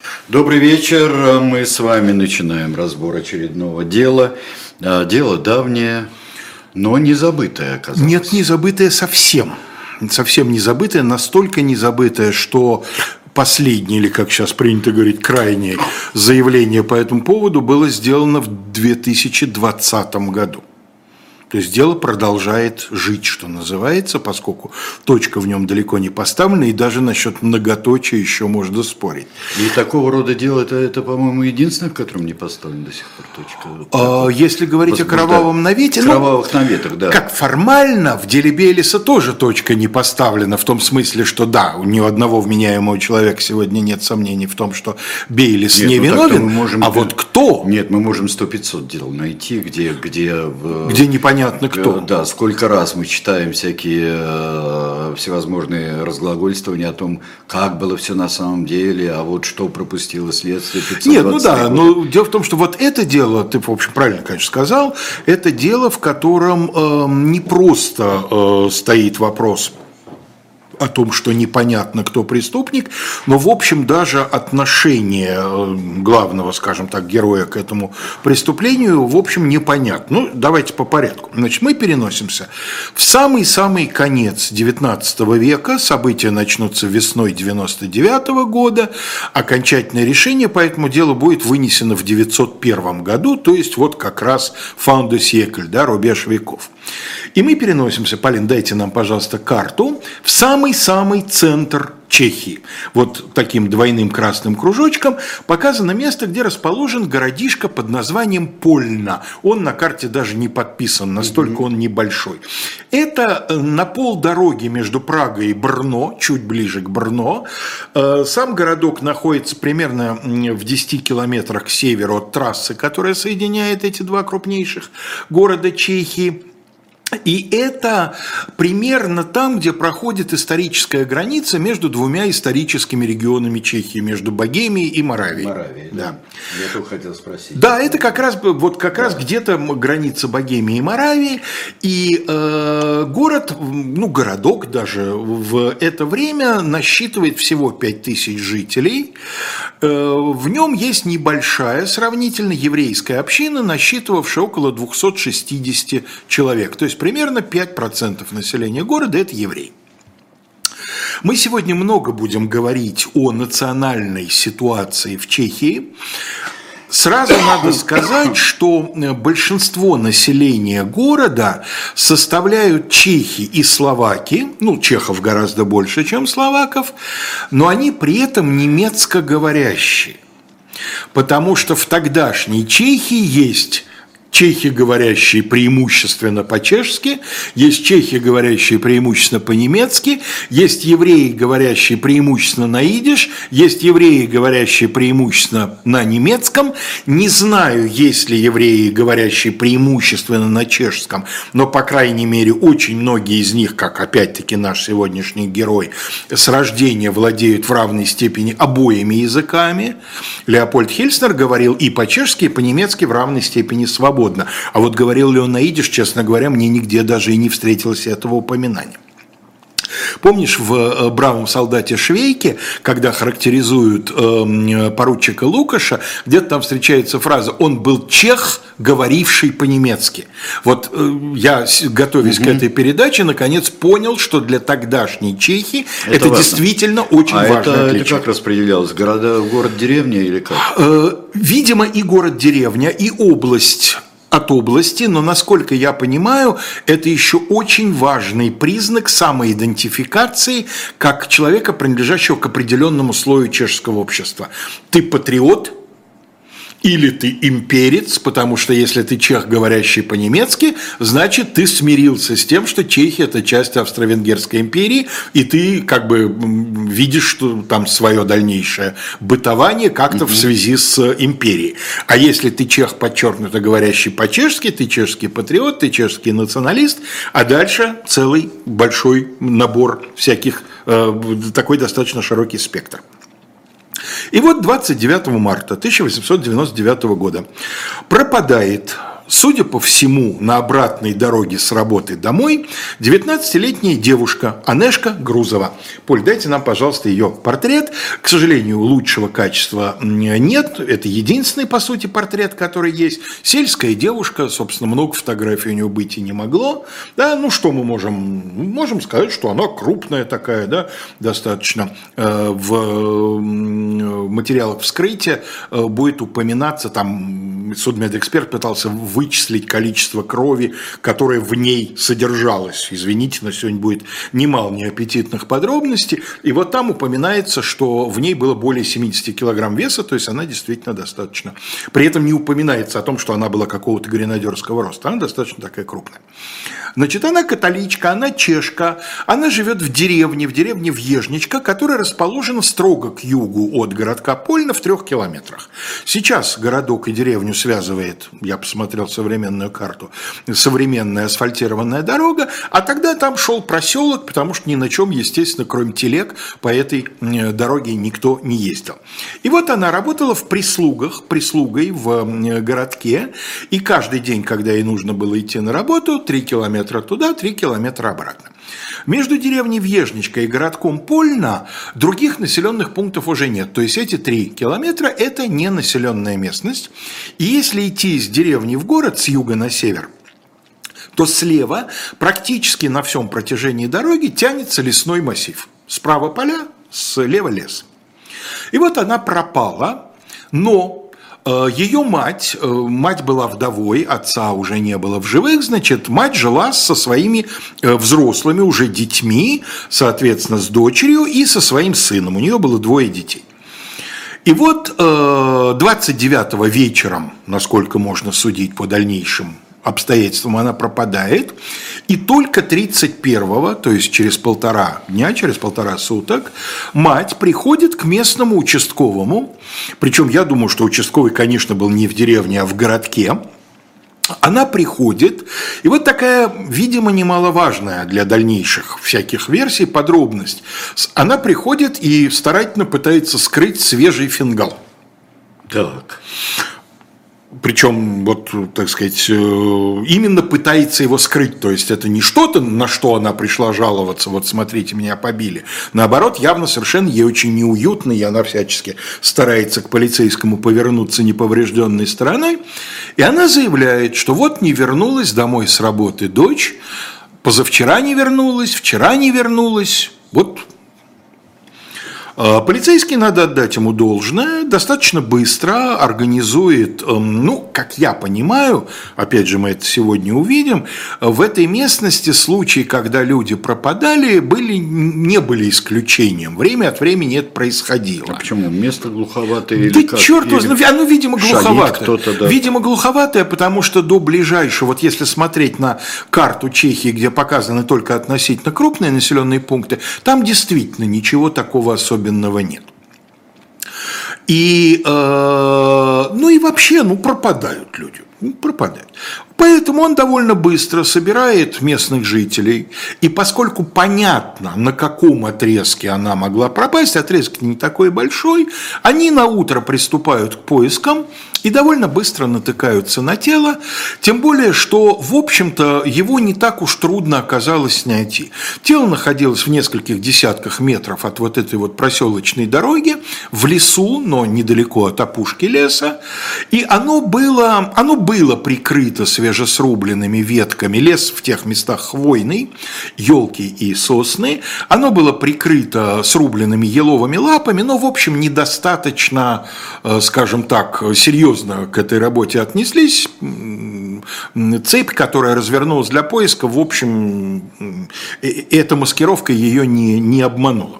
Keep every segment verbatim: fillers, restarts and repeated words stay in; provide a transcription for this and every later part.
Добрый вечер. Мы с вами начинаем разбор очередного дела. Дело давнее, но не забытое, оказалось. Нет, не забытое совсем. Совсем не забытое, настолько не забытое, что последнее, или как сейчас принято говорить, крайнее заявление по этому поводу было сделано в две тысячи двадцатом году. То есть дело продолжает жить, что называется, поскольку точка в нем далеко не поставлена, и даже насчет многоточия еще можно спорить. И такого рода дело, это, это по-моему, единственное, в котором не поставлена до сих пор точка. А, если говорить о кровавом навете, кровавых ну, наветах, да. Как формально в деле Бейлиса тоже точка не поставлена, в том смысле, что да, у ни одного вменяемого человека сегодня нет сомнений в том, что Бейлис нет, не ну, виновен, можем, а вот кто? Нет, мы можем сто пятьсот дел найти, где... Где, где непонятно. Понятно, кто. Да, сколько раз мы читаем всякие э, всевозможные разглагольствования о том, как было все на самом деле, а вот что пропустило следствие пятьсот двадцать Нет, ну да, но дело в том, что вот это дело, ты, в общем, правильно, конечно, сказал, это дело, в котором э, не просто э, стоит вопрос о том, что непонятно, кто преступник, но, в общем, даже отношение главного, скажем так, героя к этому преступлению, в общем, непонятно. Ну, давайте по порядку. Значит, мы переносимся в самый-самый конец девятнадцатого века, события начнутся весной девяносто девятого года, окончательное решение по этому делу будет вынесено в девятьсот первом году, то есть вот как раз fin de siècle, да, рубеж веков. И мы переносимся, Полин, дайте нам, пожалуйста, карту, в самый-самый центр Чехии. Вот таким двойным красным кружочком показано место, где расположен городишко под названием Польна. Он на карте даже не подписан, настолько он небольшой. Это на полдороги между Прагой и Брно, чуть ближе к Брно. Сам городок находится примерно в десяти километрах к северу от трассы, которая соединяет эти два крупнейших города Чехии. И это примерно там, где проходит историческая граница между двумя историческими регионами Чехии, между Богемией и Моравией. Моравией, да. да. Я только хотел спросить. Да, это как раз, вот как да. раз где-то граница Богемии и Моравии. И э, город, ну городок даже в это время насчитывает всего пять тысяч жителей. Э, в нем есть небольшая сравнительно еврейская община, насчитывавшая около двухсот шестидесяти человек. То есть примерно пять процентов населения города – это евреи. Мы сегодня много будем говорить о национальной ситуации в Чехии. Сразу надо сказать, что большинство населения города составляют чехи и словаки, ну, чехов гораздо больше, чем словаков, но они при этом немецкоговорящие, потому что в тогдашней Чехии есть чехи, говорящие преимущественно по-чешски, есть чехи, говорящие преимущественно по-немецки, есть евреи, говорящие преимущественно на идиш, есть евреи, говорящие преимущественно на немецком. Не знаю, есть ли евреи, говорящие преимущественно на чешском, но, по крайней мере, очень многие из них, как опять-таки наш сегодняшний герой, с рождения владеют в равной степени обоими языками. Леопольд Хельснер говорил и по-чешски, и по-немецки в равной степени свободно. А вот говорил ли он на идиш, честно говоря, мне нигде даже и не встретилось этого упоминания. Помнишь, в «Бравом солдате Швейке», когда характеризуют э, поручика Лукаша, где-то там встречается фраза «он был чех, говоривший по-немецки». Вот э, я, готовясь угу. к этой передаче, наконец понял, что для тогдашней Чехии это, это действительно очень а важное это, отличие. это как распределялось? Города, город-деревня или как? Э, видимо, и город-деревня, и область от области, но, насколько я понимаю, это еще очень важный признак самоидентификации как человека, принадлежащего к определенному слою чешского общества. Ты патриот, или ты имперец, потому что если ты чех, говорящий по-немецки, значит, ты смирился с тем, что Чехия – это часть Австро-Венгерской империи, и ты как бы видишь, что там свое дальнейшее бытование как-то mm-hmm. в связи с империей. А если ты чех, подчеркнуто говорящий по-чешски, ты чешский патриот, ты чешский националист, а дальше целый большой набор всяких, такой достаточно широкий спектр. И вот двадцать девятого марта тысяча восемьсот девяносто девятого года пропадает судя по всему, на обратной дороге с работы домой девятнадцатилетняя девушка Анешка Грузова. Поль, дайте нам, пожалуйста, ее портрет. К сожалению, лучшего качества нет. Это единственный, по сути, портрет, который есть. Сельская девушка, собственно, много фотографий у нее быть и не могло. Да, ну что мы можем? Можем сказать, что она крупная такая, да, достаточно. В материалах вскрытия будет упоминаться, там судмедэксперт пытался вычислить количество крови, которое в ней содержалось. Извините, но сегодня будет немало неаппетитных подробностей. И вот там упоминается, что в ней было более семидесяти килограмм веса, то есть она действительно достаточно. При этом не упоминается о том, что она была какого-то гренадерского роста. Она достаточно такая крупная. Значит, она католичка, она чешка, она живет в деревне, в деревне Вьежничка, которая расположена строго к югу от городка Польна в трех километрах. Сейчас городок и деревню связывает, я посмотрел современную карту, современная асфальтированная дорога, а тогда там шел проселок, потому что ни на чем, естественно, кроме телег, по этой дороге никто не ездил. И вот она работала в прислугах, прислугой в городке, и каждый день, когда ей нужно было идти на работу, три километра туда, три километра обратно. Между деревней Вьежничка и городком Польна других населенных пунктов уже нет. То есть эти три километра – это не населенная местность. И если идти из деревни в город с юга на север, то слева практически на всем протяжении дороги тянется лесной массив. Справа поля, слева лес. И вот она пропала, но ее мать, мать была вдовой, отца уже не было в живых, значит, мать жила со своими взрослыми уже детьми, соответственно, с дочерью и со своим сыном. У нее было двое детей. И вот двадцать девятого вечером, насколько можно судить по дальнейшим обстоятельствам, она пропадает, и только тридцать первого, то есть через полтора дня, через полтора суток, мать приходит к местному участковому, причем я думаю, что участковый, конечно, был не в деревне, а в городке. Она приходит, и вот такая, видимо, немаловажная для дальнейших всяких версий подробность. Она приходит и старательно пытается скрыть свежий фингал. Так. Причем, вот, так сказать, именно пытается его скрыть. То есть это не что-то, на что она пришла жаловаться, вот смотрите, меня побили. Наоборот, явно совершенно ей очень неуютно, и она всячески старается к полицейскому повернуться неповрежденной стороной. И она заявляет, что вот не вернулась домой с работы дочь, позавчера не вернулась, вчера не вернулась, вот. Полицейский, надо отдать ему должное, достаточно быстро организует, ну, как я понимаю, опять же мы это сегодня увидим, в этой местности случаи, когда люди пропадали, были, не были исключением. Время от времени это происходило. А почему? Место глуховатое? Да или как? черт его знает, оно, видимо, глуховатое. Да. Видимо, глуховатое, потому что до ближайшего, вот если смотреть на карту Чехии, где показаны только относительно крупные населенные пункты, там действительно ничего такого особенного нет. И, э, ну и вообще, ну пропадают люди, ну, пропадают. Поэтому он довольно быстро собирает местных жителей, и поскольку понятно, на каком отрезке она могла пропасть, отрезок не такой большой, они на утро приступают к поискам и довольно быстро натыкаются на тело, тем более, что, в общем-то, его не так уж трудно оказалось найти. Тело находилось в нескольких десятках метров от вот этой вот проселочной дороги, в лесу, но недалеко от опушки леса, и оно было, оно было прикрыто свежесрубленными ветками. Лес в тех местах хвойный, елки и сосны, оно было прикрыто срубленными еловыми лапами, но, в общем, недостаточно, скажем так, серьезно к этой работе отнеслись. Цепь, которая развернулась для поиска, в общем, эта маскировка ее не, не обманула.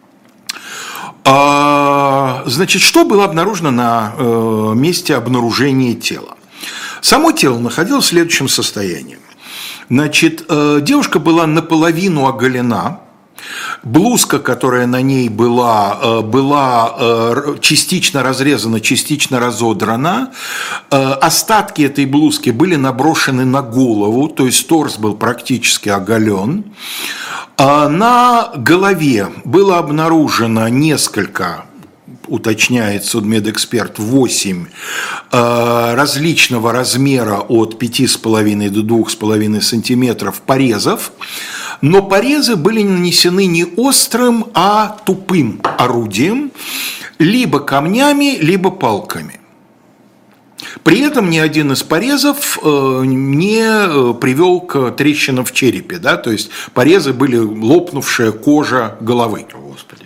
А, значит, что было обнаружено на э, месте обнаружения тела? Само тело находилось в следующем состоянии. Значит, э, девушка была наполовину оголена. Блузка, которая на ней была, была частично разрезана, частично разодрана. Остатки этой блузки были наброшены на голову, то есть торс был практически оголен. На голове было обнаружено несколько уточняет судмедэксперт, восемь э, различного размера от пяти с половиной до двух с половиной сантиметров порезов, но порезы были нанесены не острым, а тупым орудием, либо камнями, либо палками. При этом ни один из порезов не привел к трещинам в черепе, да, то есть порезы были лопнувшая кожа головы. Господи.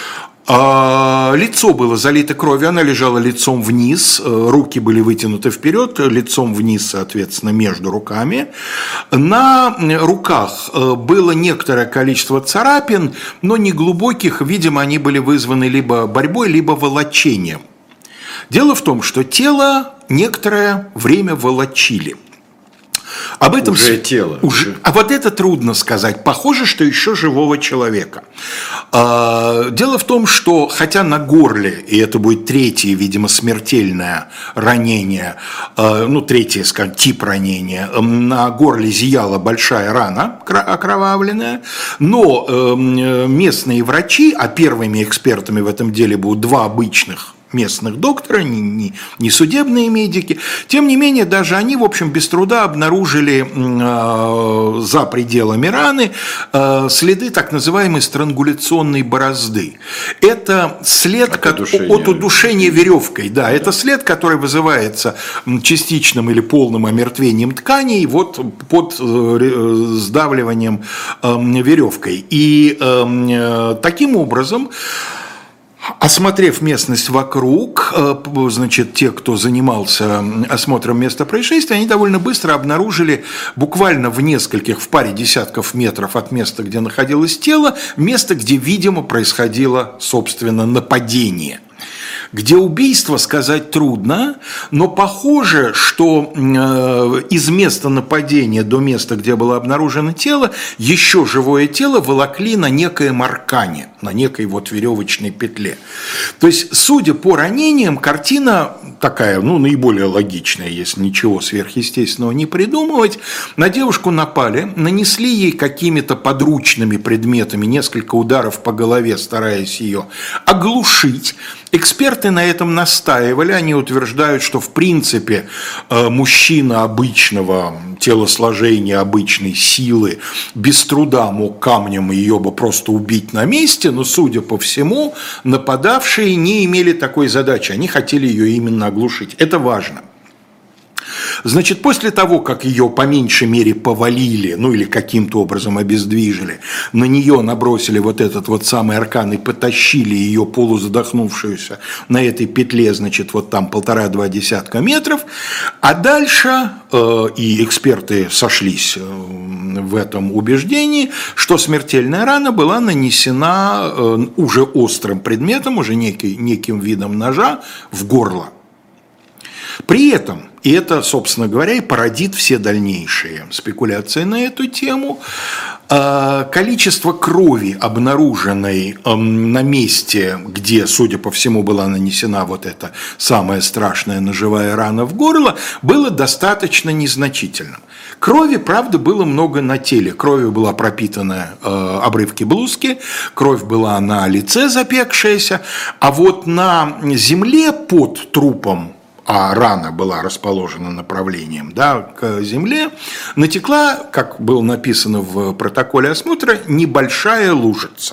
А, лицо было залито кровью, она лежала лицом вниз, руки были вытянуты вперед, лицом вниз, соответственно, между руками. На руках было некоторое количество царапин, но не глубоких, видимо, они были вызваны либо борьбой, либо волочением. Дело в том, что тело некоторое время волочили. Об этом уже с... тело. Уже... А вот это трудно сказать. Похоже, что еще живого человека. Дело в том, что хотя на горле, и это будет третье, видимо, смертельное ранение, ну, третье, скажем, тип ранения, на горле зияла большая рана окровавленная, но местные врачи, а первыми экспертами в этом деле будут два обычных местных доктора, не, не, не судебные медики. Тем не менее, даже они, в общем, без труда обнаружили э, за пределами раны э, следы так называемой странгуляционной борозды. Это след от, как, удушения. от удушения веревкой. Да, да, это след, который вызывается частичным или полным омертвением тканей вот под э, сдавливанием э, веревкой. И э, таким образом, осмотрев местность вокруг, значит, те, кто занимался осмотром места происшествия, они довольно быстро обнаружили буквально в нескольких, в паре десятков метров от места, где находилось тело, место, где, видимо, происходило, собственно, нападение. Где убийство сказать трудно, но похоже, что из места нападения до места, где было обнаружено тело, еще живое тело волокли на некоем аркане, на некой вот веревочной петле. То есть, судя по ранениям, картина такая, ну, наиболее логичная, если ничего сверхъестественного не придумывать. На девушку напали, нанесли ей какими-то подручными предметами несколько ударов по голове, стараясь ее оглушить. Эксперты на этом настаивали, они утверждают, что в принципе мужчина обычного телосложения, обычной силы без труда мог камнем ее бы просто убить на месте, но, судя по всему, нападавшие не имели такой задачи, они хотели ее именно оглушить. Это важно. Значит, после того, как ее по меньшей мере повалили, ну или каким-то образом обездвижили, на нее набросили вот этот вот самый аркан и потащили ее полузадохнувшуюся на этой петле, значит, вот там полтора-два десятка метров, а дальше э, и эксперты сошлись в этом убеждении, что смертельная рана была нанесена э, уже острым предметом, уже некий, неким видом ножа в горло. При этом, и это, собственно говоря, и породит все дальнейшие спекуляции на эту тему, количество крови, обнаруженной на месте, где, судя по всему, была нанесена вот эта самая страшная ножевая рана в горло, было достаточно незначительным. Крови, правда, было много на теле. Кровью была пропитана э, обрывки блузки, кровь была на лице запекшаяся, а вот на земле под трупом, а рана была расположена направлением, да, к земле, натекла, как было написано в протоколе осмотра, небольшая лужица.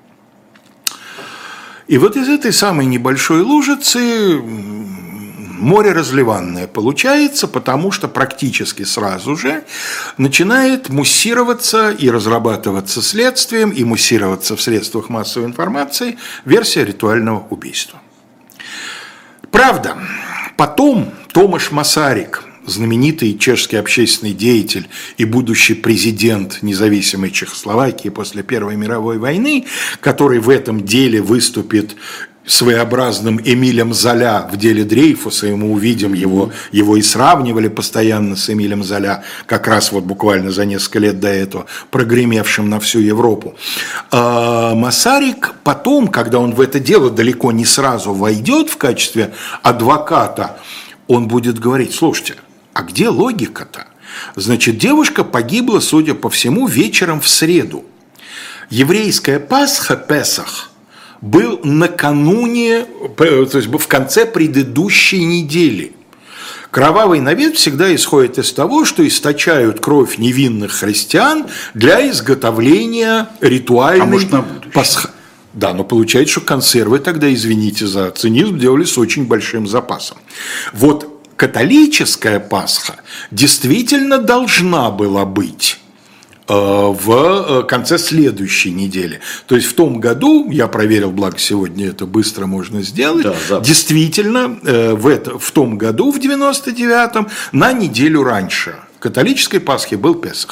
И вот из этой самой небольшой лужицы море разливанное получается, потому что практически сразу же начинает муссироваться и разрабатываться следствием, и муссироваться в средствах массовой информации версия ритуального убийства. Правда, потом Томаш Масарик, знаменитый чешский общественный деятель и будущий президент независимой Чехословакии после Первой мировой войны, который в этом деле выступит своеобразным Эмилем Золя в деле Дрейфуса, и мы увидим его, его и сравнивали постоянно с Эмилем Золя, как раз вот буквально за несколько лет до этого, прогремевшим на всю Европу. А Масарик потом, когда он в это дело далеко не сразу войдет в качестве адвоката, он будет говорить: слушайте, а где логика-то? Значит, девушка погибла, судя по всему, вечером в среду. Еврейская Пасха, Песах, был накануне, то есть в конце предыдущей недели. Кровавый навет всегда исходит из того, что источают кровь невинных христиан для изготовления ритуальной... А может, на будущее? Пасха... Да, но получается, что консервы тогда, извините за цинизм, делали с очень большим запасом. Вот католическая Пасха действительно должна была быть в конце следующей недели. То есть в том году, я проверил, благо сегодня это быстро можно сделать, да, действительно в, это, в том году, в девяносто девятом, на неделю раньше католической Пасхи был Песах.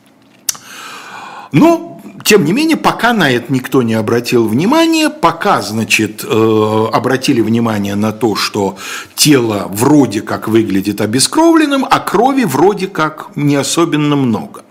Но, тем не менее, пока на это никто не обратил внимания, пока, значит, обратили внимание на то, что тело вроде как выглядит обескровленным, а крови вроде как не особенно много.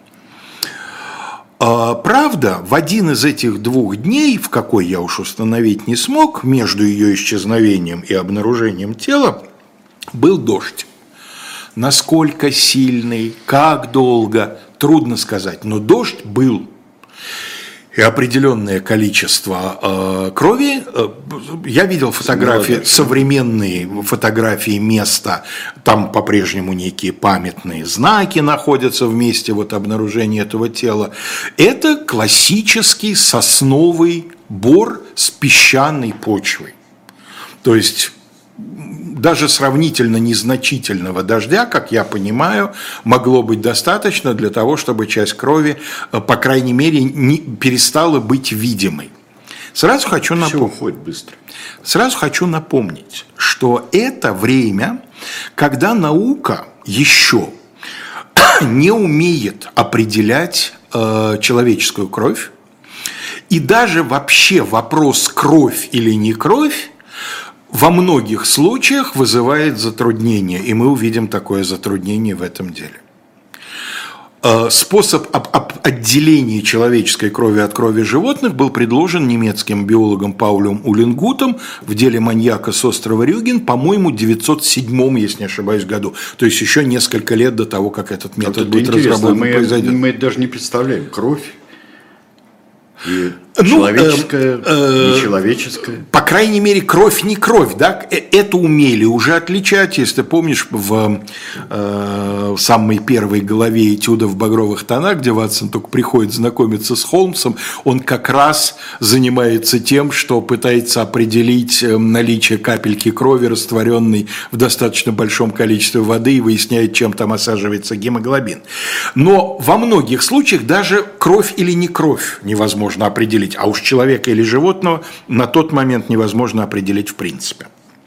Правда, в один из этих двух дней, в какой я уж установить не смог, между ее исчезновением и обнаружением тела, был дождь. Насколько сильный, как долго, трудно сказать, но дождь был. И определенное количество э, крови. Я видел фотографии, современные фотографии места, там по-прежнему некие памятные знаки находятся в месте вот обнаружения этого тела. Это классический сосновый бор с песчаной почвой. То есть даже сравнительно незначительного дождя, как я понимаю, могло быть достаточно для того, чтобы часть крови, по крайней мере, не перестала быть видимой. Сразу хочу напомнить, уходит быстро. Сразу хочу напомнить, что это время, когда наука еще не умеет определять э, человеческую кровь, и даже вообще вопрос кровь или не кровь во многих случаях вызывает затруднение, и мы увидим такое затруднение в этом деле. Способ отделения человеческой крови от крови животных был предложен немецким биологом Паулем Уленгутом в деле маньяка с острова Рюген, по-моему, в девятьсот седьмом, если не ошибаюсь, году. То есть еще несколько лет до того, как этот метод вот будет разработан. Мы, произойдет. Мы это даже не представляем. Кровь. И человеческое, ну, э, э, нечеловеческое. По крайней мере, кровь не кровь, да? Это умели уже отличать, если ты помнишь, в э, самой первой главе «Этюда в багровых тонах», где Ватсон только приходит знакомиться с Холмсом, он как раз занимается тем, что пытается определить наличие капельки крови, растворенной в достаточно большом количестве воды, и выясняет, чем там осаживается гемоглобин. Но во многих случаях даже кровь или не кровь невозможно определить, а уж человека или животного на тот момент невозможно определить в принципе.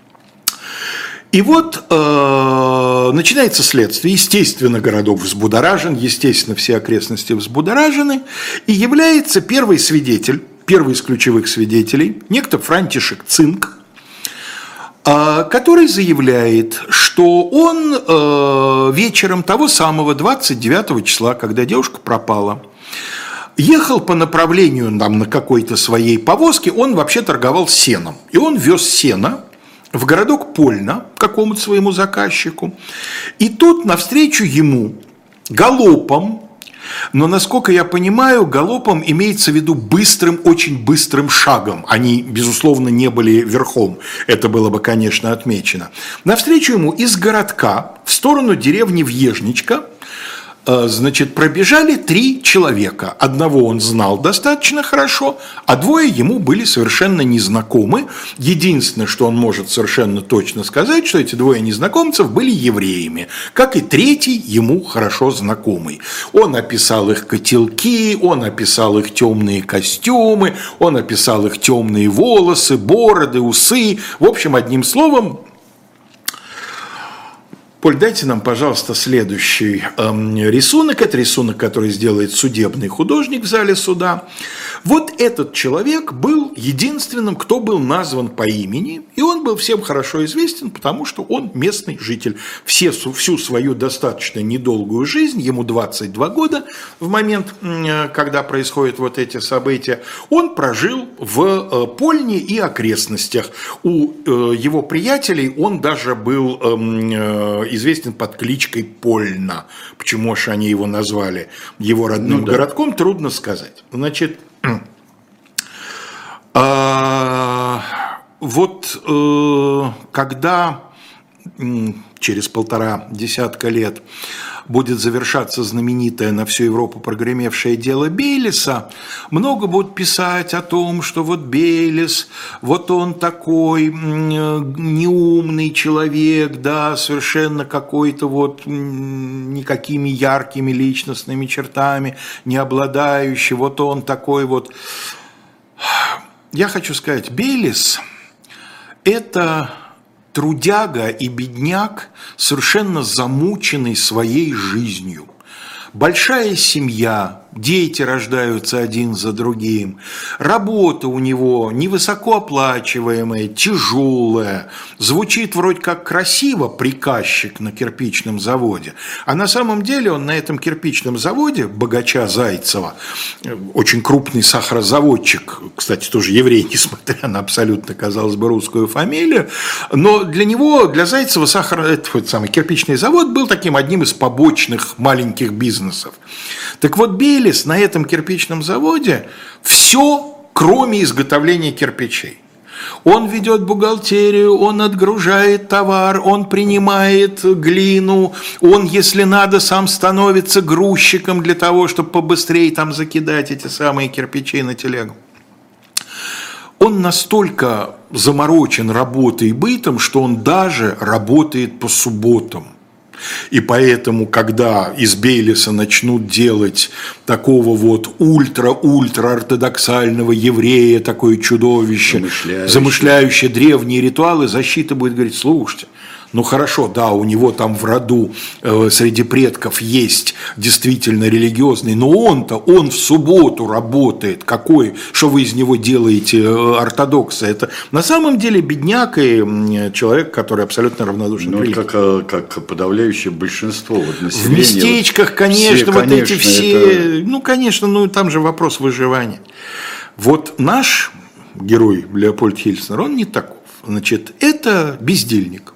И вот э, начинается следствие. Естественно, городок взбудоражен, естественно, все окрестности взбудоражены, и является первый свидетель, первый из ключевых свидетелей, некто Франтишек Цинк, э, который заявляет, что он э, вечером того самого двадцать девятого числа, когда девушка пропала, ехал по направлению там, на какой-то своей повозке, он вообще торговал сеном. И он вез сено в городок Польна, какому-то своему заказчику. И тут навстречу ему галопом, но, насколько я понимаю, галопом имеется в виду быстрым, очень быстрым шагом. Они, безусловно, не были верхом. Это было бы, конечно, отмечено. Навстречу ему из городка в сторону деревни Вьежничка, значит, пробежали три человека. Одного он знал достаточно хорошо, а двое ему были совершенно незнакомы. Единственное, что он может совершенно точно сказать, что эти двое незнакомцев были евреями, как и третий ему хорошо знакомый. Он описал их котелки, он описал их темные костюмы, он описал их темные волосы, бороды, усы. В общем, одним словом, Поль, дайте нам, пожалуйста, следующий э, рисунок. Это рисунок, который сделает судебный художник в зале суда. Вот этот человек был единственным, кто был назван по имени, и он был всем хорошо известен, потому что он местный житель. Все, всю свою достаточно недолгую жизнь, ему двадцать два года в момент, когда происходят вот эти события, он прожил в Польне и окрестностях. У э, его приятелей он даже был э, известен под кличкой Польна. Почему же они его назвали его родным ну, да. городком, трудно сказать. Значит, А, вот э, когда м, через полтора десятка лет будет завершаться знаменитое на всю Европу прогремевшее дело Бейлиса, много будут писать о том, что вот Бейлис, вот он такой неумный человек, да, совершенно какой-то вот никакими яркими личностными чертами не обладающий, вот он такой вот. Я хочу сказать, Бейлис – это трудяга и бедняк, совершенно замученный своей жизнью. Большая семья, дети рождаются один за другим, работа у него невысокооплачиваемая, тяжелая, звучит вроде как красиво приказчик на кирпичном заводе, а на самом деле он на этом кирпичном заводе, богача Зайцева, очень крупный сахарозаводчик, кстати, тоже еврей, несмотря на абсолютно, казалось бы, русскую фамилию, но для него, для Зайцева сахар, этот самый кирпичный завод был таким одним из побочных маленьких бизнесов. Так вот, Бейлис на этом кирпичном заводе все, кроме изготовления кирпичей. Он ведет бухгалтерию, он отгружает товар, он принимает глину, он, если надо, сам становится грузчиком для того, чтобы побыстрее там закидать эти самые кирпичи на телегу. Он настолько заморочен работой и бытом, что он даже работает по субботам. И поэтому, когда из Бейлиса начнут делать такого вот ультра-ультра-ортодоксального еврея, такое чудовище, замышляющее. замышляющее древние ритуалы, защита будет говорить: слушайте, ну хорошо, да, у него там в роду э, среди предков есть действительно религиозный, но он-то, он в субботу работает, какой, что вы из него делаете э, ортодокса, это на самом деле бедняк и э, человек, который абсолютно равнодушен ну, к религии. Как, как подавляющее большинство вот, населения. В местечках, конечно, все, вот конечно, эти все, это... ну, конечно, ну, там же вопрос выживания. Вот наш герой Леопольд Хильснер, он не таков, значит, это бездельник.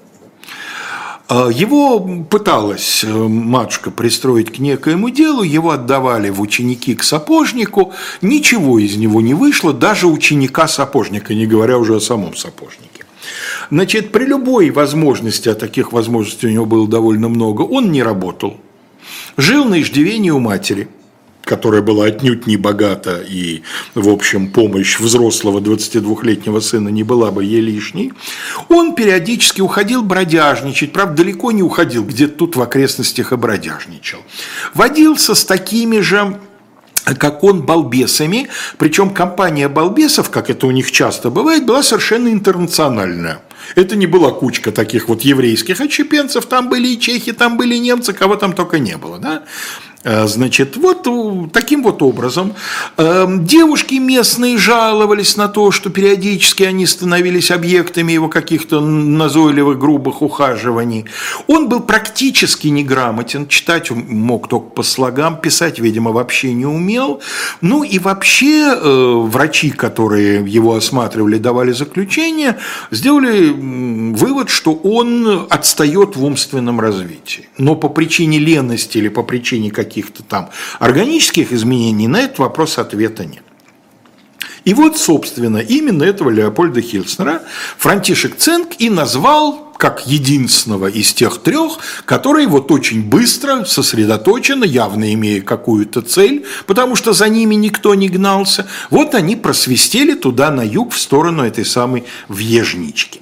Его пыталась матушка пристроить к некоему делу, его отдавали в ученики к сапожнику, ничего из него не вышло, даже ученика сапожника, не говоря уже о самом сапожнике. Значит, при любой возможности, а таких возможностей у него было довольно много, он не работал, жил на иждивении у матери, которая была отнюдь не богата, и, в общем, помощь взрослого двадцатидвухлетнего сына не была бы ей лишней. Он периодически уходил бродяжничать, правда, далеко не уходил, где-то тут в окрестностях и бродяжничал. Водился с такими же, как он, балбесами, причем компания балбесов, как это у них часто бывает, была совершенно интернациональная. Это не была кучка таких вот еврейских отщепенцев, там были и чехи, там были и немцы, кого там только не было, да? Значит, вот таким вот образом девушки местные жаловались на то, что периодически они становились объектами его каких-то назойливых, грубых ухаживаний. Он был практически неграмотен, читать мог только по слогам, писать, видимо, вообще не умел. Ну и вообще врачи, которые его осматривали, давали заключение, сделали вывод, что он отстает в умственном развитии. Но по причине лености или по причине каких каких-то там органических изменений, на этот вопрос ответа нет. И вот, собственно, именно этого Леопольда Хильснера Франтишек Ценк и назвал как единственного из тех трех, который вот очень быстро, сосредоточенно, явно имея какую-то цель, потому что за ними никто не гнался, вот они просвистели туда на юг в сторону этой самой Вьежнички.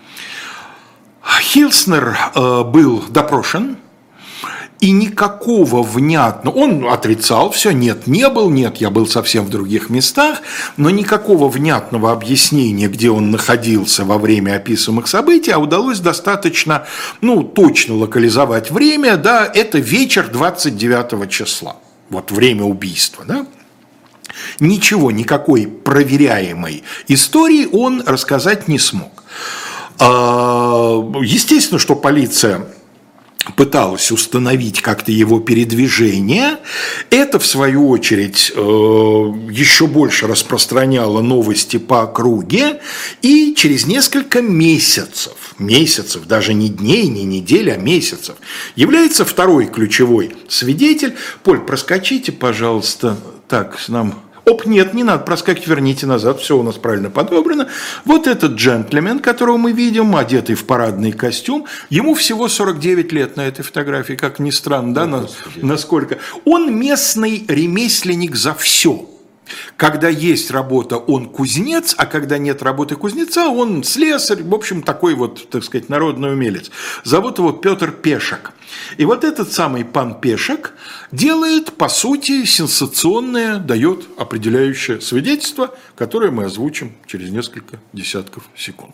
Хильснер э, был допрошен, и никакого внятного, он отрицал все, нет, не был, нет, я был совсем в других местах, но никакого внятного объяснения, где он находился во время описываемых событий, а удалось достаточно, ну, точно локализовать время, да, это вечер двадцать девятого числа, вот время убийства, да. Ничего, никакой проверяемой истории он рассказать не смог. Естественно, что полиция пыталась установить как-то его передвижение. Это, в свою очередь, еще больше распространяло новости по округе. И через несколько месяцев, месяцев, даже не дней, не недель, а месяцев, является второй ключевой свидетель. Поль, проскочите, пожалуйста. Так, нам Оп, нет, не надо проскакивать, верните назад, все у нас правильно подобрано. Вот этот джентльмен, которого мы видим, одетый в парадный костюм, ему всего сорок девять лет на этой фотографии, как ни странно, да, на, насколько. Он местный ремесленник за все. Когда есть работа, он кузнец, а когда нет работы кузнеца, он слесарь, в общем, такой вот, так сказать, народный умелец. Зовут его Петр Пешек. И вот этот самый пан Пешек делает, по сути, сенсационное, дает определяющее свидетельство, которое мы озвучим через несколько десятков секунд.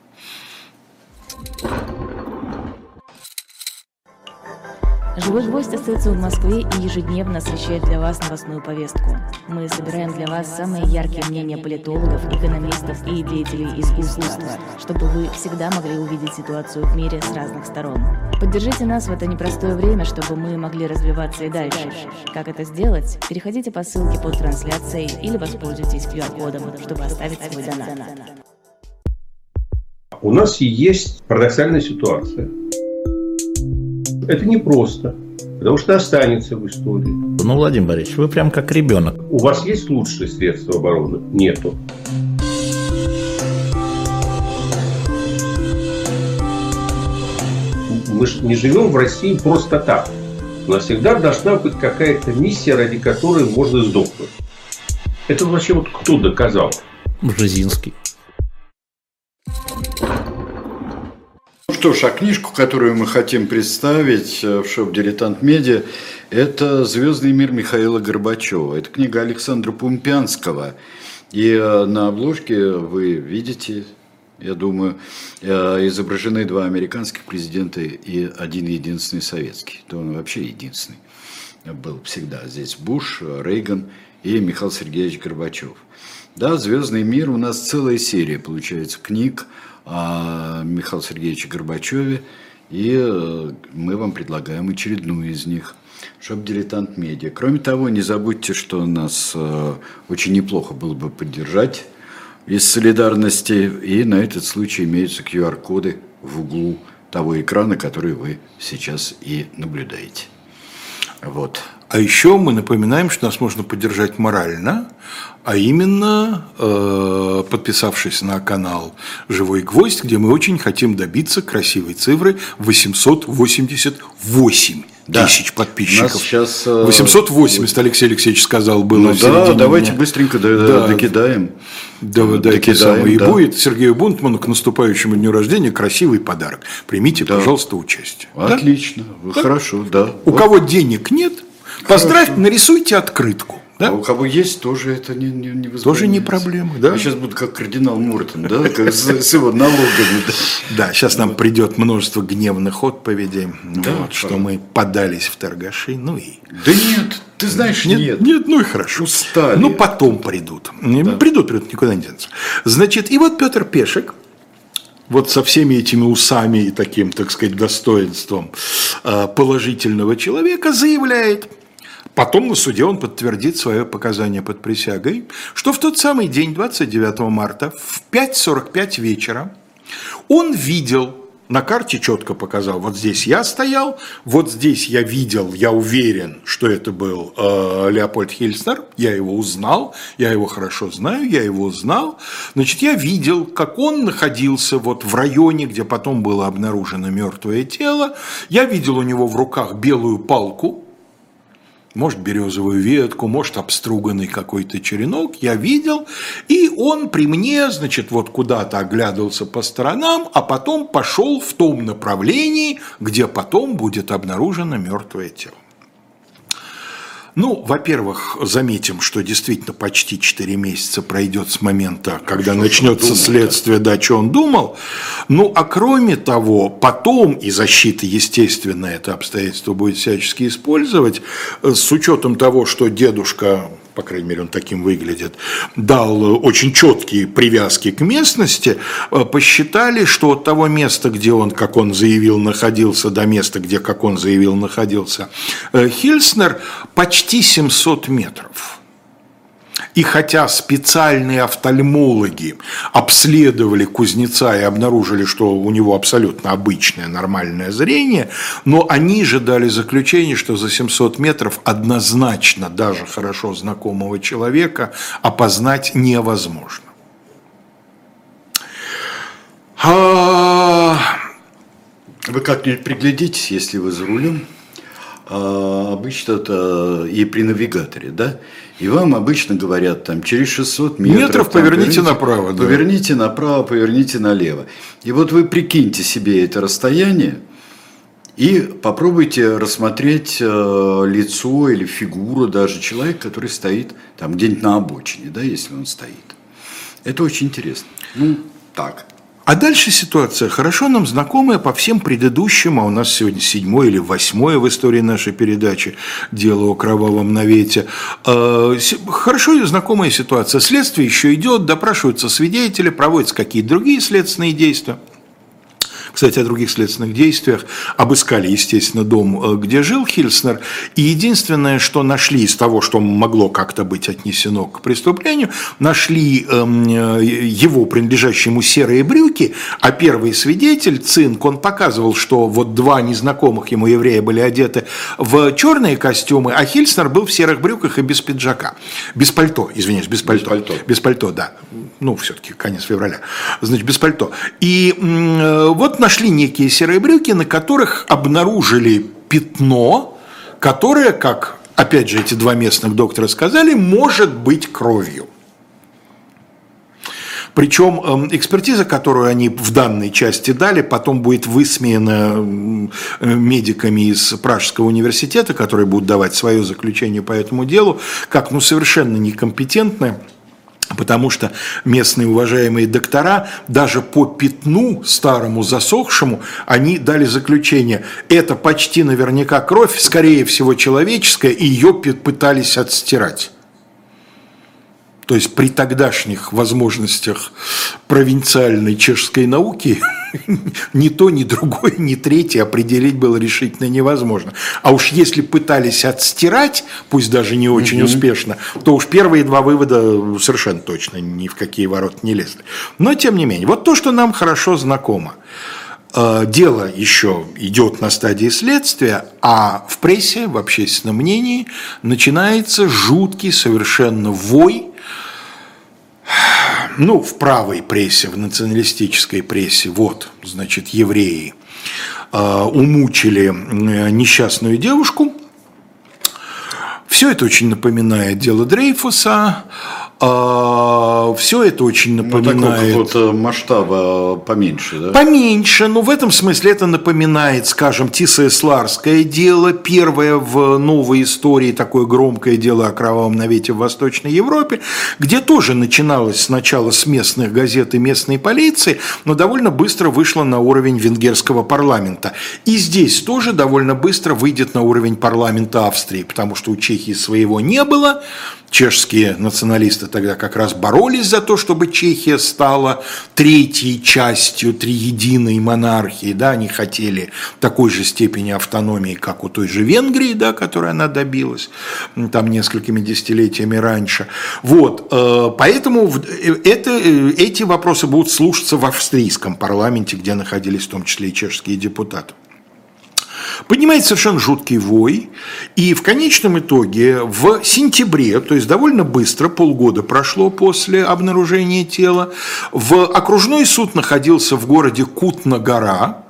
«Живой гвоздь» остается в Москве и ежедневно освещает для вас новостную повестку. Мы собираем для вас самые яркие мнения политологов, экономистов и деятелей искусства, чтобы вы всегда могли увидеть ситуацию в мире с разных сторон. Поддержите нас в это непростое время, чтобы мы могли развиваться и дальше. Как это сделать? Переходите по ссылке под трансляцией или воспользуйтесь ку ар-кодом, чтобы оставить свой донат. У нас есть парадоксальная ситуация. Это непросто, потому что останется в истории. Ну, Владимир Борисович, вы прям как ребенок. У вас есть лучшие средства обороны? Нету. Мы же не живем в России просто так. У нас всегда должна быть какая-то миссия, ради которой можно сдохнуть. Это вообще вот кто доказал? Бжезинский. Что ж, а книжку, которую мы хотим представить в шоу «Дилетант Медиа», это «Звездный мир» Михаила Горбачева. Это книга Александра Пумпянского. И на обложке вы видите, я думаю, изображены два американских президента и один единственный советский. То он вообще единственный был всегда. Здесь Буш, Рейган и Михаил Сергеевич Горбачев. Да, «Звездный мир» у нас целая серия, получается, книг о Михаиле Сергеевиче Горбачеве, и мы вам предлагаем очередную из них, чтобы «Дилетант Медиа». Кроме того, не забудьте, что нас очень неплохо было бы поддержать из солидарности, и на этот случай имеются ку ар-коды в углу того экрана, который вы сейчас и наблюдаете. Вот. А еще мы напоминаем, что нас можно поддержать морально, а именно э, подписавшись на канал «Живой гвоздь», где мы очень хотим добиться красивой цифры восемьсот восемьдесят восемь да. тысяч подписчиков. Сейчас, восемьсот восемьдесят, Алексей Алексеевич сказал, было ну, в середине. Да, давайте дня. быстренько да. докидаем. Да, да, докидаем, и да. будет Сергею Бунтману к наступающему дню рождения красивый подарок. Примите, да. пожалуйста, участие. Отлично, да? хорошо, да. У вот. кого денег нет, поздравьте, нарисуйте открытку. Да? А у кого есть, тоже это не, не, не Тоже не проблема, да? Я сейчас буду как кардинал Мортон, да, как с, с его налогами. Да, сейчас нам придет множество гневных отповедей, да, вот, что мы подались в торгаши, ну и... Да нет, ты знаешь, нет. Нет, нет ну и хорошо. Устали. Ну, потом придут. Да. Придут, придут, никуда не денутся. Значит, и вот Петр Пешек, вот со всеми этими усами и таким, так сказать, достоинством положительного человека заявляет... Потом на суде он подтвердит свое показание под присягой, что в тот самый день, двадцать девятого марта, в пять сорок пять вечера, он видел, на карте четко показал, вот здесь я стоял, вот здесь я видел, я уверен, что это был э, Леопольд Хильснер, я его узнал, я его хорошо знаю, я его узнал. Значит, я видел, как он находился вот в районе, где потом было обнаружено мертвое тело, я видел у него в руках белую палку, может, березовую ветку, может, обструганный какой-то черенок, я видел, и он при мне, значит, вот куда-то оглядывался по сторонам, а потом пошел в том направлении, где потом будет обнаружено мертвое тело. Ну, во-первых, заметим, что действительно почти четыре месяца пройдет с момента, когда что начнется следствие, да, что он думал. Ну, а кроме того, потом и защита, естественно, это обстоятельство будет всячески использовать, с учетом того, что дедушка, по крайней мере, он таким выглядит, дал очень четкие привязки к местности, посчитали, что от того места, где он, как он заявил, находился, до места, где, как он заявил, находился Хильснер, почти семьсот метров. И хотя специальные офтальмологи обследовали кузнеца и обнаружили, что у него абсолютно обычное нормальное зрение, но они же дали заключение, что за семьсот метров однозначно даже хорошо знакомого человека опознать невозможно. А... Вы как-нибудь приглядитесь, если вы за рулем. А, обычно это и при навигаторе, да? И вам обычно говорят, там, через шестьсот метров, метров там, поверните направо. Да. Поверните направо, поверните налево. И вот вы прикиньте себе это расстояние и попробуйте рассмотреть э, лицо или фигуру даже человека, который стоит там где-нибудь на обочине, да, если он стоит. Это очень интересно. Ну, так. А дальше ситуация хорошо нам знакомая по всем предыдущим, а у нас сегодня седьмое или восьмое в истории нашей передачи «Дело о кровавом навете». Хорошо знакомая ситуация. Следствие еще идет, допрашиваются свидетели, проводятся какие-то другие следственные действия. Кстати, о других следственных действиях. Обыскали, естественно, дом, где жил Хильснер. И единственное, что нашли из того, что могло как-то быть отнесено к преступлению, нашли э, его принадлежащие ему серые брюки, а первый свидетель, Цинк, он показывал, что вот два незнакомых ему еврея были одеты в черные костюмы, а Хильснер был в серых брюках и без пиджака. Без пальто, извиняюсь, без пальто. Без пальто, без пальто да. Ну, все-таки конец февраля. Значит, без пальто. И э, вот нашли некие серые брюки, на которых обнаружили пятно, которое, как, опять же, эти два местных доктора сказали, может быть кровью. Причем экспертиза, которую они в данной части дали, потом будет высмеяна медиками из Пражского университета, которые будут давать свое заключение по этому делу, как ну, совершенно некомпетентная. Потому что местные уважаемые доктора даже по пятну старому засохшему они дали заключение. Это почти наверняка кровь, скорее всего человеческая, и ее пытались отстирать. То есть при тогдашних возможностях провинциальной чешской науки ни то, ни другое, ни третье определить было решительно невозможно. А уж если пытались отстирать, пусть даже не очень mm-hmm. успешно, то уж первые два вывода совершенно точно ни в какие ворота не лезли. Но тем не менее, вот то, что нам хорошо знакомо. Дело еще идет на стадии следствия, а в прессе, в общественном мнении начинается жуткий совершенно вой. Ну, в правой прессе, в националистической прессе, вот, значит, евреи э, умучили несчастную девушку. Все это очень напоминает дело Дрейфуса. Все это очень напоминает... Ну, такого какого-то масштаба поменьше, да? Поменьше, но в этом смысле это напоминает, скажем, Тисо-Эсларское дело, первое в новой истории такое громкое дело о кровавом навете в Восточной Европе, где тоже начиналось сначала с местных газет и местной полиции, но довольно быстро вышло на уровень венгерского парламента. И здесь тоже довольно быстро выйдет на уровень парламента Австрии, потому что у Чехии своего не было. Чешские националисты тогда как раз боролись за то, чтобы Чехия стала третьей частью триединой монархии. Да, они хотели такой же степени автономии, как у той же Венгрии, да, которой она добилась там несколькими десятилетиями раньше. Вот, поэтому это, эти вопросы будут слушаться в австрийском парламенте, где находились в том числе и чешские депутаты. Поднимается совершенно жуткий вой, и в конечном итоге в сентябре, то есть довольно быстро, полгода прошло после обнаружения тела, в окружной суд находился в городе Кутна-Гора,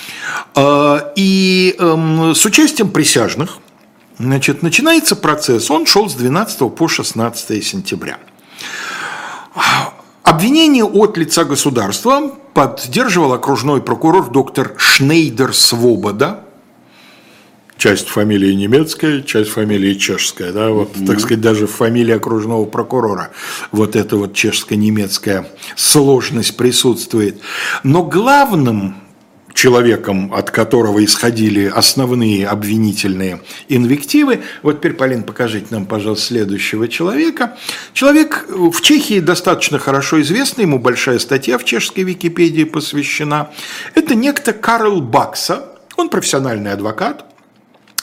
и с участием присяжных, значит, начинается процесс, он шел с двенадцатого по шестнадцатое сентября. Обвинение от лица государства поддерживал окружной прокурор доктор Шнейдер-Свобода. Часть фамилии немецкая, часть фамилии чешская, да, вот, mm-hmm. так сказать, даже в фамилии окружного прокурора вот эта вот чешско-немецкая сложность присутствует. Но главным человеком, от которого исходили основные обвинительные инвективы, вот теперь, Полин, покажите нам, пожалуйста, следующего человека. Человек в Чехии достаточно хорошо известный, ему большая статья в чешской Википедии посвящена. Это некто Карл Бакса, он профессиональный адвокат.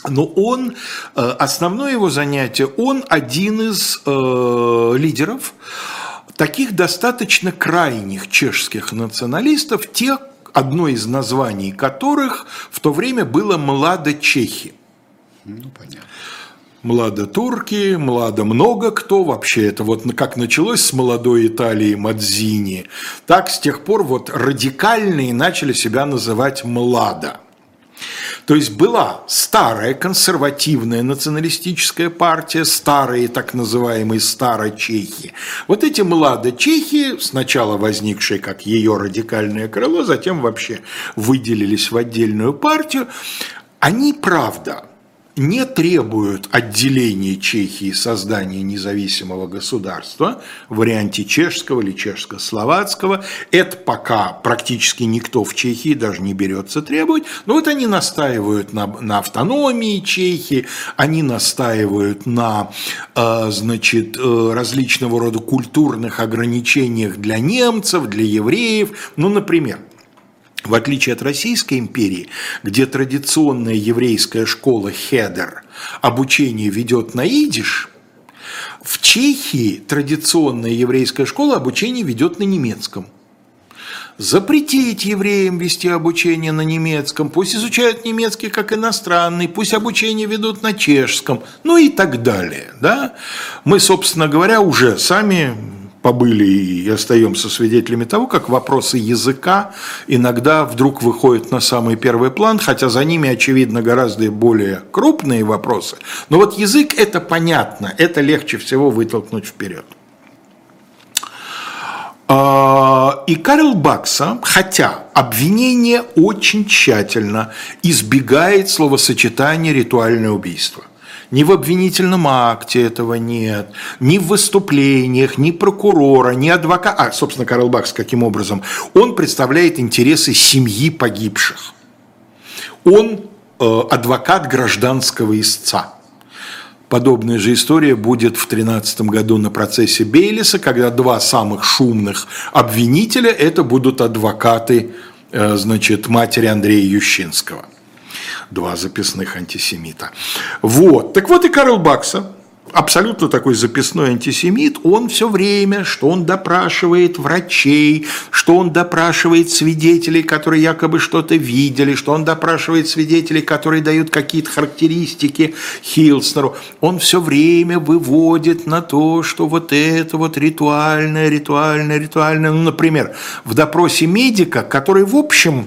Но он, основное его занятие, он один из э, лидеров таких достаточно крайних чешских националистов, тех, одно из названий которых в то время было «Младочехи». Ну, понятно. Младотурки, младо много кто, вообще это вот как началось с молодой Италии Мадзини, так с тех пор вот радикальные начали себя называть младо. То есть была старая консервативная националистическая партия, старые так называемые старочехи. Вот эти младочехи, сначала возникшие как ее радикальное крыло, затем вообще выделились в отдельную партию, они, правда, не требуют отделения Чехии и создания независимого государства в варианте чешского или чешско-словацкого. Это пока практически никто в Чехии даже не берется требовать. Но вот они настаивают на, на автономии Чехии, они настаивают на значит, различного рода культурных ограничениях для немцев, для евреев. Ну, например, в отличие от Российской империи, где традиционная еврейская школа хедер обучение ведет на идиш, в Чехии традиционная еврейская школа обучение ведет на немецком. Запретить евреям вести обучение на немецком, пусть изучают немецкий как иностранный, пусть обучение ведут на чешском, ну и так далее. Да? Мы, собственно говоря, уже сами побыли и остаемся свидетелями того, как вопросы языка иногда вдруг выходят на самый первый план, хотя за ними, очевидно, гораздо более крупные вопросы. Но вот язык – это понятно, это легче всего вытолкнуть вперед. И Карл Бакса, хотя обвинение очень тщательно избегает словосочетания «ритуальное убийство». Ни в обвинительном акте этого нет, ни в выступлениях, ни прокурора, ни адвоката. А, собственно, Карл Бакс, каким образом? Он представляет интересы семьи погибших. Он э, адвокат гражданского истца. Подобная же история будет в тринадцатом году на процессе Бейлиса, когда два самых шумных обвинителя – это будут адвокаты э, значит, матери Андрея Ющинского. Два записных антисемита. Вот. Так вот и Карл Бакса, абсолютно такой записной антисемит, он все время, что он допрашивает врачей, что он допрашивает свидетелей, которые якобы что-то видели, что он допрашивает свидетелей, которые дают какие-то характеристики Хилснеру, он все время выводит на то, что вот это вот ритуальное, ритуальное, ритуальное. Ну, например, в допросе медика, который, в общем,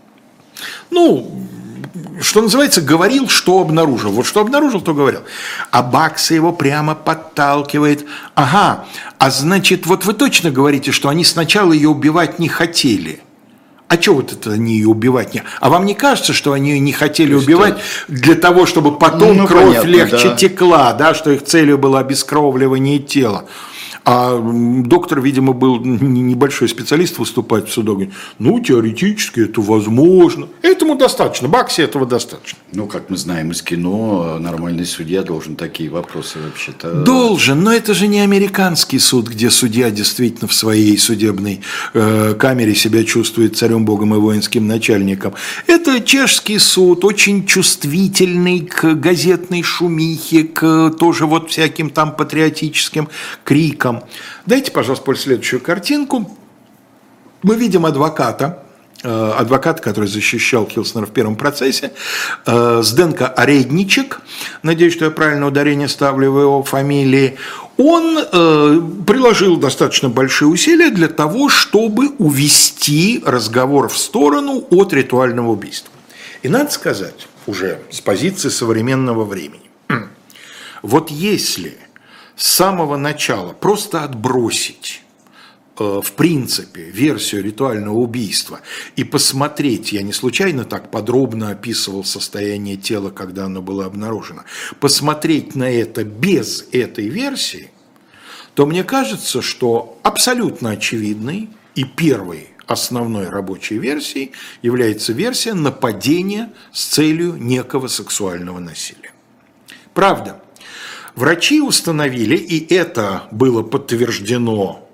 ну, что называется, говорил, что обнаружил. Вот что обнаружил, то говорил. А Бакса его прямо подталкивает. Ага, а значит, вот вы точно говорите, что они сначала ее убивать не хотели. А что вот это они ее убивать не... А вам не кажется, что они ее не хотели убивать для того, чтобы потом ну, кровь понятно, легче да. текла, да, что их целью было обескровливание тела? А доктор, видимо, был небольшой специалист выступать в суде. Говорит, ну, теоретически это возможно. Этому достаточно, Баксе этого достаточно. Ну, как мы знаем из кино, нормальный судья должен такие вопросы вообще-то... Должен, но это же не американский суд, где судья действительно в своей судебной э, камере себя чувствует царем, богом и воинским начальником. Это чешский суд, очень чувствительный к газетной шумихе, к тоже вот всяким там патриотическим крикам. Дайте, пожалуйста, Поль, следующую картинку. Мы видим адвоката, э, адвоката, который защищал Хилснера в первом процессе, э, Зденко Оредничек, надеюсь, что я правильно ударение ставлю в его фамилии. Он э, приложил достаточно большие усилия для того, чтобы увести разговор в сторону от ритуального убийства. И надо сказать, уже с позиции современного времени, вот если с самого начала просто отбросить, э, в принципе, версию ритуального убийства и посмотреть, я не случайно так подробно описывал состояние тела, когда оно было обнаружено, посмотреть на это без этой версии, то мне кажется, что абсолютно очевидной и первой основной рабочей версией является версия нападения с целью некого сексуального насилия. Правда. Врачи установили, и это было подтверждено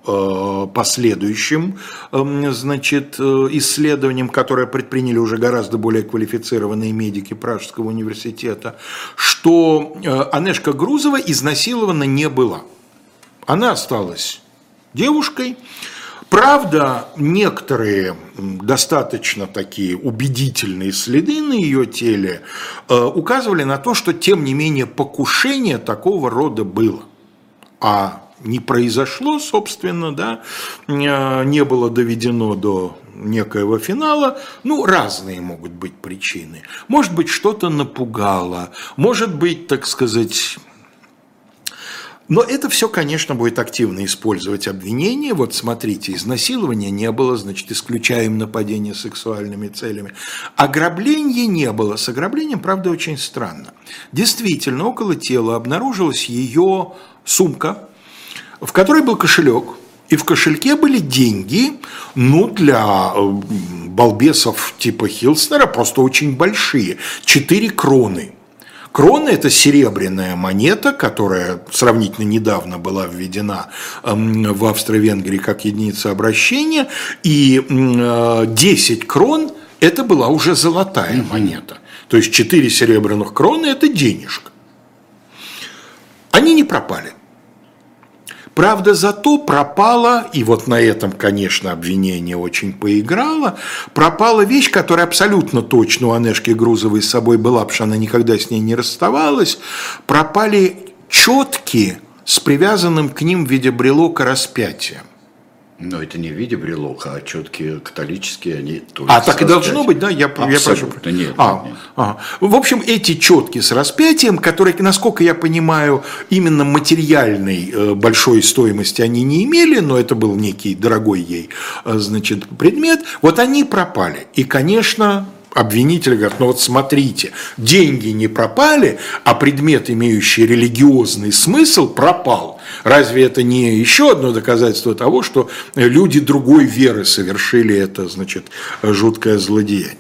последующим, значит, исследованиям, которые предприняли уже гораздо более квалифицированные медики Пражского университета, что Анешка Грузова изнасилована не была. Она осталась девушкой. Правда, некоторые достаточно такие убедительные следы на ее теле указывали на то, что, тем не менее, покушение такого рода было. А не произошло, собственно, да, не было доведено до некоего финала. Ну, разные могут быть причины. Может быть, что-то напугало, может быть, так сказать... Но это все, конечно, будет активно использовать обвинение. Вот смотрите, изнасилования не было, значит, исключаем нападение сексуальными целями. Ограбления не было. С ограблением, правда, очень странно. Действительно, около тела обнаружилась ее сумка, в которой был кошелек, и в кошельке были деньги, ну, для балбесов типа Хилснера просто очень большие, четыре кроны. Крона – это серебряная монета, которая сравнительно недавно была введена в Австро-Венгрии как единица обращения, и десять крон – это была уже золотая монета. То есть четыре серебряных кроны – это денежка. Они не пропали. Правда, зато пропала, и вот на этом, конечно, обвинение очень поиграло, пропала вещь, которая абсолютно точно у Анешки Грузовой с собой была, потому что она никогда с ней не расставалась. Пропали четки с привязанным к ним в виде брелока распятием. Но это не в виде брелока, а четкие католические, они тоже. А так и должно быть, да? Я, я прошу. Нет, а, нет. А. В общем, эти четки с распятием, которые, насколько я понимаю, именно материальной большой стоимости они не имели, но это был некий дорогой ей, значит, предмет, вот они пропали. И, конечно, обвинители говорят, ну вот смотрите, деньги не пропали, а предмет, имеющий религиозный смысл, пропал. Разве это не еще одно доказательство того, что люди другой веры совершили это, значит, жуткое злодеяние?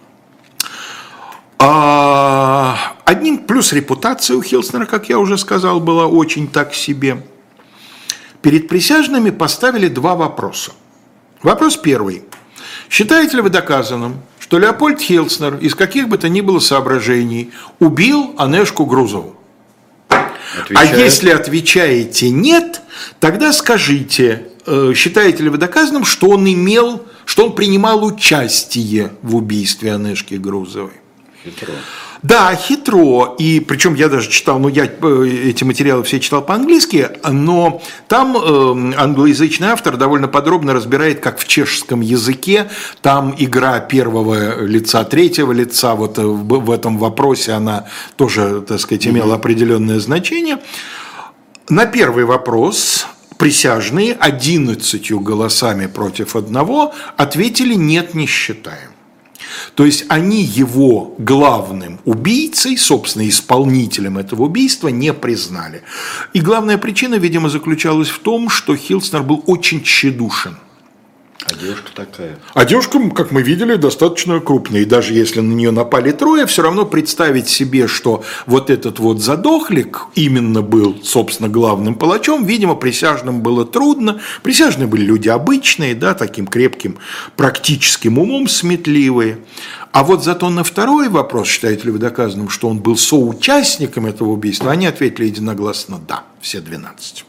А одним плюс репутация у Хилснера, как я уже сказал, была очень так себе. Перед присяжными поставили два вопроса. Вопрос первый. Считаете ли вы доказанным, что Леопольд Хилснер из каких бы то ни было соображений убил Анешку Грузову? Отвечает. А если отвечаете «нет», тогда скажите, считаете ли вы доказанным, что он имел, что он принимал участие в убийстве Анешки Грузовой? Хитро. Да, хитро, и причем я даже читал, ну я эти материалы все читал по-английски, но там э, англоязычный автор довольно подробно разбирает, как в чешском языке там игра первого лица, третьего лица, вот в, в этом вопросе она тоже, так сказать, имела определенное значение. На первый вопрос присяжные одиннадцатью голосами против одного ответили «нет, не считаем». То есть они его главным убийцей, собственно, исполнителем этого убийства не признали. И главная причина, видимо, заключалась в том, что Хилснер был очень тщедушен. Одежка такая. Одежка, как мы видели, достаточно крупная. И даже если на нее напали трое, все равно представить себе, что вот этот вот задохлик именно был, собственно, главным палачом, видимо, присяжным было трудно. Присяжные были люди обычные, да, таким крепким практическим умом сметливые. А вот зато на второй вопрос, считаете ли вы доказанным, что он был соучастником этого убийства, они ответили единогласно «да», все двенадцать.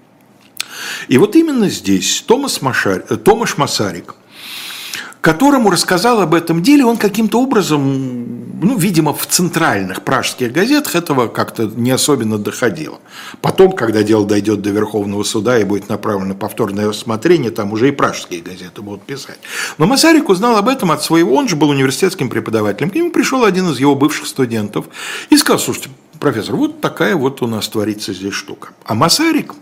И вот именно здесь Томаш Масарик, Томаш Масарик, которому рассказал об этом деле, он каким-то образом, ну, видимо, в центральных пражских газетах этого как-то не особенно доходило. Потом, когда дело дойдет до Верховного суда и будет направлено на повторное рассмотрение, там уже и пражские газеты будут писать. Но Масарик узнал об этом от своего, он же был университетским преподавателем, к нему пришел один из его бывших студентов и сказал: слушайте, профессор, вот такая вот у нас творится здесь штука. А Масарик...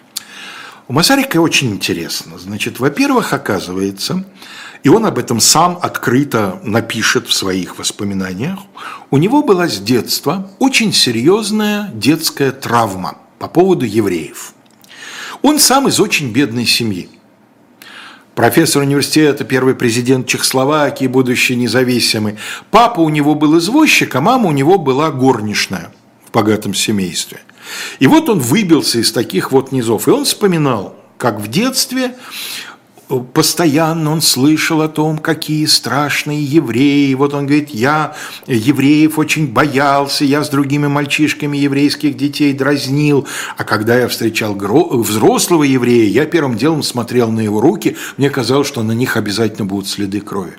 У Масарика очень интересно. Значит, во-первых, оказывается, и он об этом сам открыто напишет в своих воспоминаниях, у него была с детства очень серьезная детская травма по поводу евреев. Он сам из очень бедной семьи. Профессор университета, первый президент Чехословакии, будущий независимый. Папа у него был извозчик, а мама у него была горничная в богатом семействе. И вот он выбился из таких вот низов, и он вспоминал как в детстве, постоянно он слышал о том, какие страшные евреи. Вот он говорит, я евреев очень боялся, я с другими мальчишками еврейских детей дразнил. А когда я встречал взрослого еврея, я первым делом смотрел на его руки, мне казалось, что на них обязательно будут следы крови.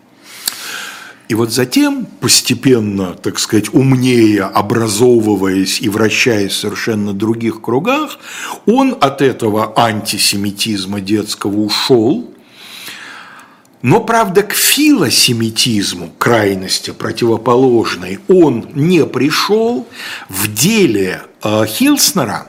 И вот затем, постепенно, так сказать, умнее, образовываясь и вращаясь в совершенно других кругах, он от этого антисемитизма детского ушел, но, правда, к филосемитизму, крайности противоположной, он не пришел. В деле э, Хилснера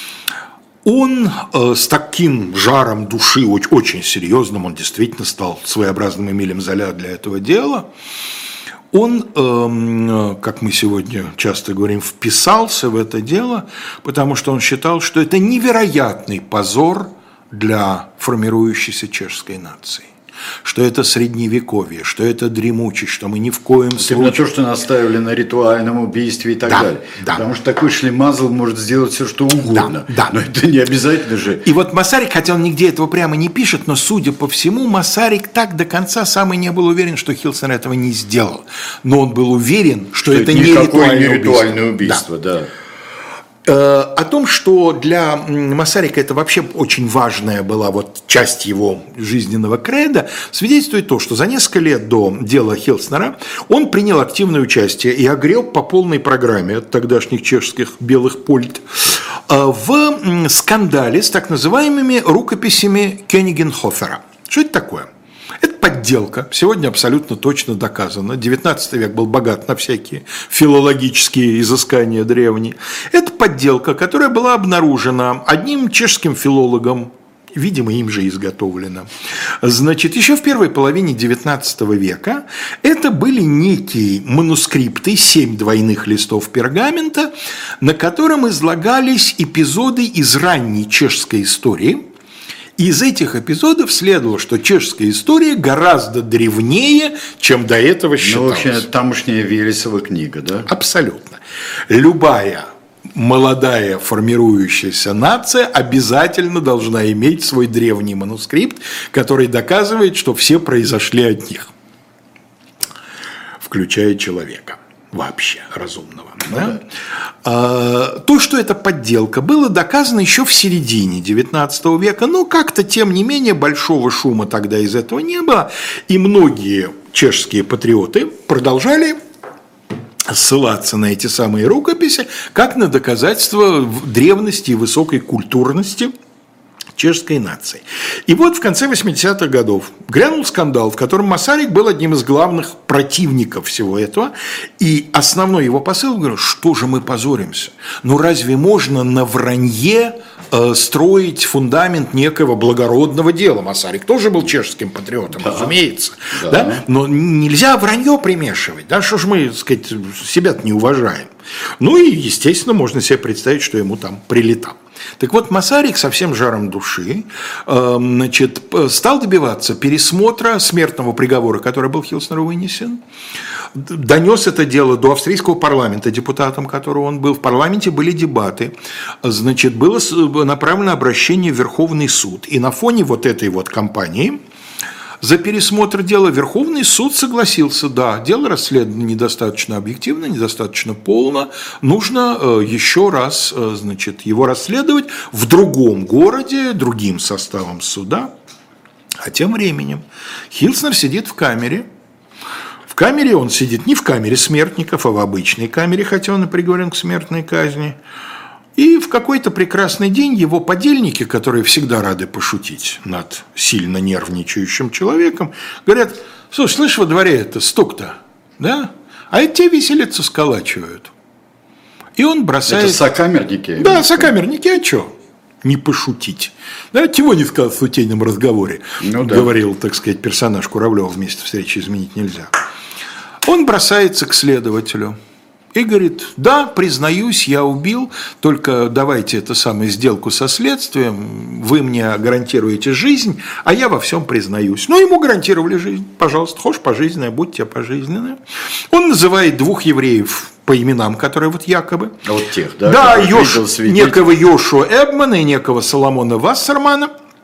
он э, с таким жаром души, очень, очень серьезным, он действительно стал своеобразным Эмилем Золя для этого дела, он, э, как мы сегодня часто говорим, вписался в это дело, потому что он считал, что это невероятный позор для формирующейся чешской нации. Что это средневековье, что это дремучесть, что мы ни в коем это случае... именно то, что наставили на ритуальном убийстве и так да, далее. Да. Потому что такой шлемазл может сделать все, что угодно. Да, да. Но это не обязательно же. И вот Масарик, хотя он нигде этого прямо не пишет, но, судя по всему, Масарик так до конца сам и не был уверен, что Хилснер этого не сделал. Но он был уверен, что, что это, это не ритуальное, не ритуальное убийство. убийство да. Да. О том, что для Масарика это вообще очень важная была вот часть его жизненного кредо, свидетельствует то, что за несколько лет до дела Хилснера он принял активное участие и огреб по полной программе от тогдашних чешских белых польт в скандале с так называемыми рукописями Кёнигенхофера. Что это такое? Это подделка, сегодня абсолютно точно доказано. девятнадцатый век был богат на всякие филологические изыскания древние. Это подделка, которая была обнаружена одним чешским филологом, видимо, им же изготовлена. Значит, еще в первой половине девятнадцатого века это были некие манускрипты, семь двойных листов пергамента, на котором излагались эпизоды из ранней чешской истории. Из этих эпизодов следовало, что чешская история гораздо древнее, чем до этого считалось. Ну, вообще, тамошняя Велесова книга, да? Абсолютно. Любая молодая формирующаяся нация обязательно должна иметь свой древний манускрипт, который доказывает, что все произошли от них, включая человека. Вообще разумного. Ну, да? да. А, то, что это подделка, было доказано еще в середине девятнадцатого века, но как-то, тем не менее, большого шума тогда из этого не было, и многие чешские патриоты продолжали ссылаться на эти самые рукописи, как на доказательство древности и высокой культурности чешской нации. И вот в конце восьмидесятых годов грянул скандал, в котором Масарик был одним из главных противников всего этого. И основной его посыл, говорю, что же мы позоримся? Ну разве можно на вранье э, строить фундамент некого благородного дела? Масарик тоже был чешским патриотом, да, разумеется. Да. Да? Но нельзя вранье примешивать. Да? Что ж мы, так сказать, себя-то не уважаем? Ну и, естественно, можно себе представить, что ему там прилетало. Так вот, Масарик со всем жаром души э, значит, стал добиваться пересмотра смертного приговора, который был Хилснеру вынесен, донес это дело до австрийского парламента, депутатом которого он был. В парламенте были дебаты, значит, было направлено обращение в Верховный суд. И на фоне вот этой вот кампании за пересмотр дела Верховный суд согласился, да, дело расследовано недостаточно объективно, недостаточно полно, нужно э, еще раз, э, значит, его расследовать в другом городе, другим составом суда. А тем временем Хилснер сидит в камере. В камере он сидит не в камере смертников, а в обычной камере, хотя он и приговорен к смертной казни. И в какой-то прекрасный день его подельники, которые всегда рады пошутить над сильно нервничающим человеком, говорят: слушай, слышь, во дворе это стук-то, да? А это те виселицу сколачивают. И он бросает... Это сокамерники? Да, сокамерники, а что? Не пошутить. Да, чего не сказал в сутейном разговоре, ну, да. Говорил, так сказать, персонаж Куравлева в месте встречи «Изменить нельзя». Он бросается к следователю и говорит: да, признаюсь, я убил, только давайте эту самую сделку со следствием, вы мне гарантируете жизнь, а я во всем признаюсь. Ну, ему гарантировали жизнь, пожалуйста, хочешь пожизненное, будь тебе пожизненное. Он называет двух евреев по именам, которые вот якобы. А вот тех, да? Да, Йош, некого Йошуа Эбмана и некого Соломона Вассермана.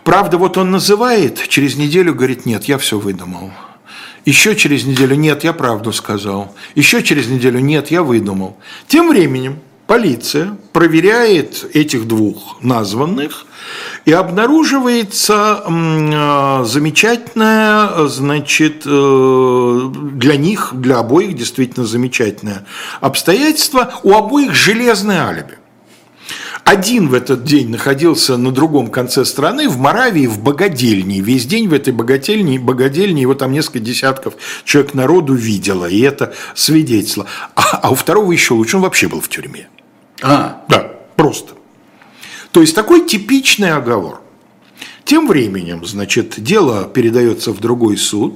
Правда, вот он называет, через неделю говорит: нет, я все выдумал. Еще через неделю: нет, я правду сказал. Еще через неделю: нет, я выдумал. Тем временем полиция проверяет этих двух названных, и обнаруживается замечательное, значит, для них, для обоих действительно замечательное обстоятельство: у обоих железное алиби. Один в этот день находился на другом конце страны, в Моравии, в богадельне. Весь день в этой богадельне, богадельне его там несколько десятков человек народу видело, и это свидетельство. А, а у второго еще лучше, он вообще был в тюрьме. А, да, просто. То есть такой типичный оговор. Тем временем, значит, дело передается в другой суд,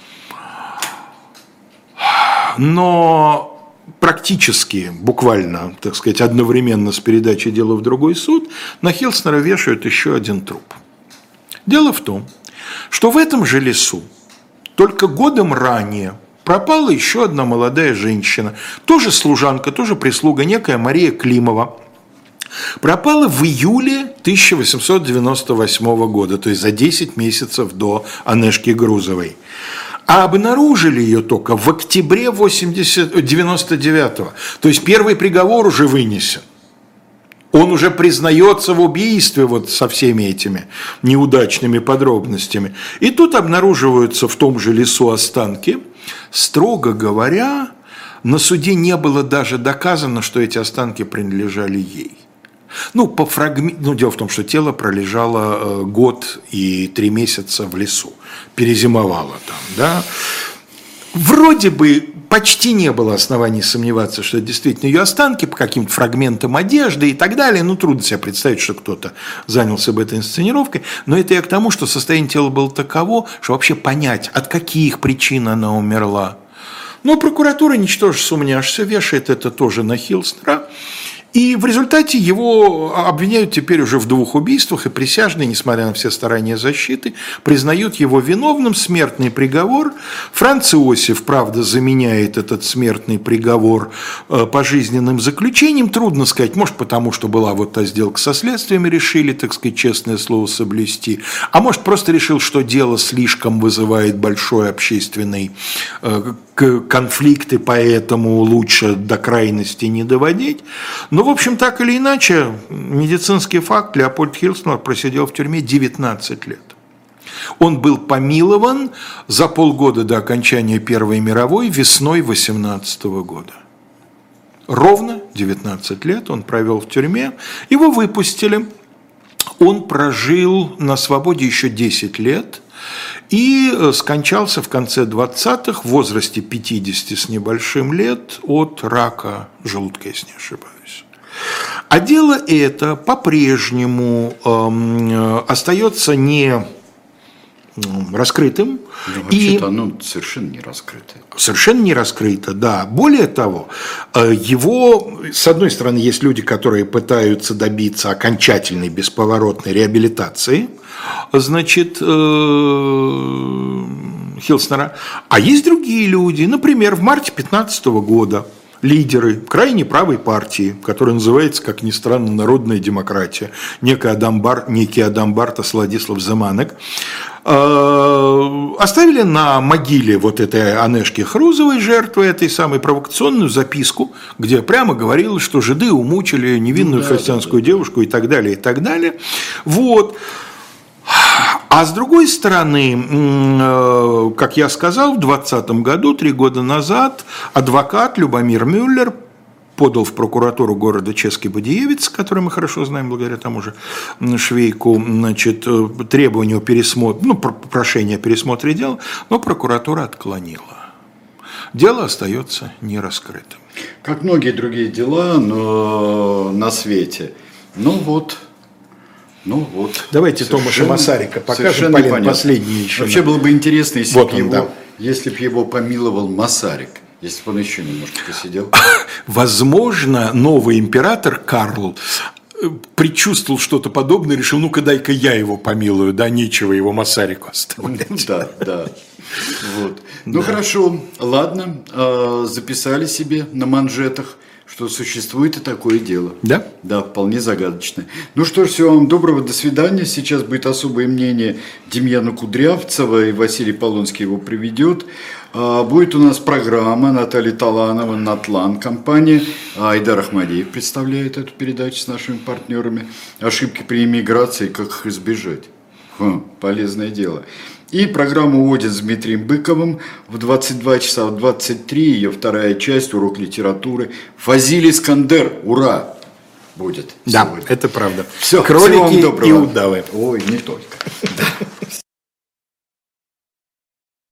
но практически, буквально, так сказать, одновременно с передачей дела в другой суд на Хилснера вешают еще один труп. Дело в том, что в этом же лесу только годом ранее пропала еще одна молодая женщина, тоже служанка, тоже прислуга, некая Мария Климова. Пропала в июле тысяча восемьсот девяносто восьмого года, то есть за десять месяцев до Анешки Грузовой. А обнаружили ее только в октябре девяносто девятого. То есть первый приговор уже вынесен. Он уже признается в убийстве вот со всеми этими неудачными подробностями. И тут обнаруживаются в том же лесу останки. Строго говоря, на суде не было даже доказано, что эти останки принадлежали ей. Ну, по фрагменту, ну, дело в том, что тело пролежало год и три месяца в лесу, перезимовало там, да. Вроде бы почти не было оснований сомневаться, что это действительно ее останки, по каким-то фрагментам одежды и так далее. Ну, трудно себе представить, что кто-то занялся бы этой инсценировкой. Но это я к тому, что состояние тела было таково, что вообще понять, от каких причин она умерла. Но прокуратура, ничтоже сумняшься, вешает это тоже на Хилснера. И в результате его обвиняют теперь уже в двух убийствах, и присяжные, несмотря на все старания защиты, признают его виновным. Смертный приговор. Франц Иосиф, правда, заменяет этот смертный приговор пожизненным заключением. Трудно сказать, может, потому что была вот та сделка со следствием, и решили, так сказать, честное слово соблюсти. А может, просто решил, что дело слишком вызывает большой общественный конфликт, и поэтому лучше до крайности не доводить. Но, в общем, так или иначе, медицинский факт: Леопольд Хилснер просидел в тюрьме девятнадцать лет. Он был помилован за полгода до окончания Первой мировой весной восемнадцатого года. Ровно девятнадцать лет он провел в тюрьме, его выпустили. Он прожил на свободе еще десять лет и скончался в конце двадцатых в возрасте пятидесяти с небольшим лет от рака желудка, если не ошибаюсь. А дело это по-прежнему э, остается не раскрытым. Ну, вообще-то оно совершенно не раскрыто. Совершенно не раскрыто, да. Более того, его, с одной стороны, есть люди, которые пытаются добиться окончательной бесповоротной реабилитации, значит, Хилснера, а есть другие люди, например, в марте две тысячи пятнадцатого года лидеры крайне правой партии, которая называется, как ни странно, «Народная демократия», некий Адамбар, некий Адамбартас Владислав Заманек, оставили на могиле вот этой Анешки Грузовой, жертвы этой самой, провокационную записку, где прямо говорилось, что жиды умучили невинную да, христианскую да, да, девушку и так далее, и так далее. Вот. А с другой стороны, как я сказал, в двадцатом году, три года назад, адвокат Любомир Мюллер подал в прокуратуру города Ческий Бодиевец, который мы хорошо знаем благодаря тому же Швейку, значит, требование пересмотра, ну, прошение о пересмотре дела, но прокуратура отклонила. Дело остается нераскрытым. Как многие другие дела, но на свете. Ну вот. Ну вот. Давайте Томаша Масарика покажем, Полин, последний еще. Вообще было бы интересно, если вот бы его, да. если бы его помиловал Масарик, если бы он еще немножко посидел. Возможно, новый император Карл предчувствовал что-то подобное, решил, ну-ка дай-ка я его помилую, да, нечего его Масарику оставлять. Да, да. Вот. Ну да. Хорошо, ладно, записали себе на манжетах. что существует и такое дело. Да? Да, вполне загадочное. Ну что ж, всего вам доброго, до свидания. Сейчас будет особое мнение Демьяна Кудрявцева, и Василий Полонский его приведет. Будет у нас программа Натальи Таланова, «Натлан» компания. Айдар Ахмадиев представляет эту передачу с нашими партнерами. Ошибки при иммиграции, как их избежать. Хм, полезное дело. И программу «Один» с Дмитрием Быковым в двадцать два часа в двадцать три, ее вторая часть, урок литературы. Фазиль Искандер, ура, будет Да, сегодня. это правда. Все, кролики всего вам доброго. И удавы. Ой, не только.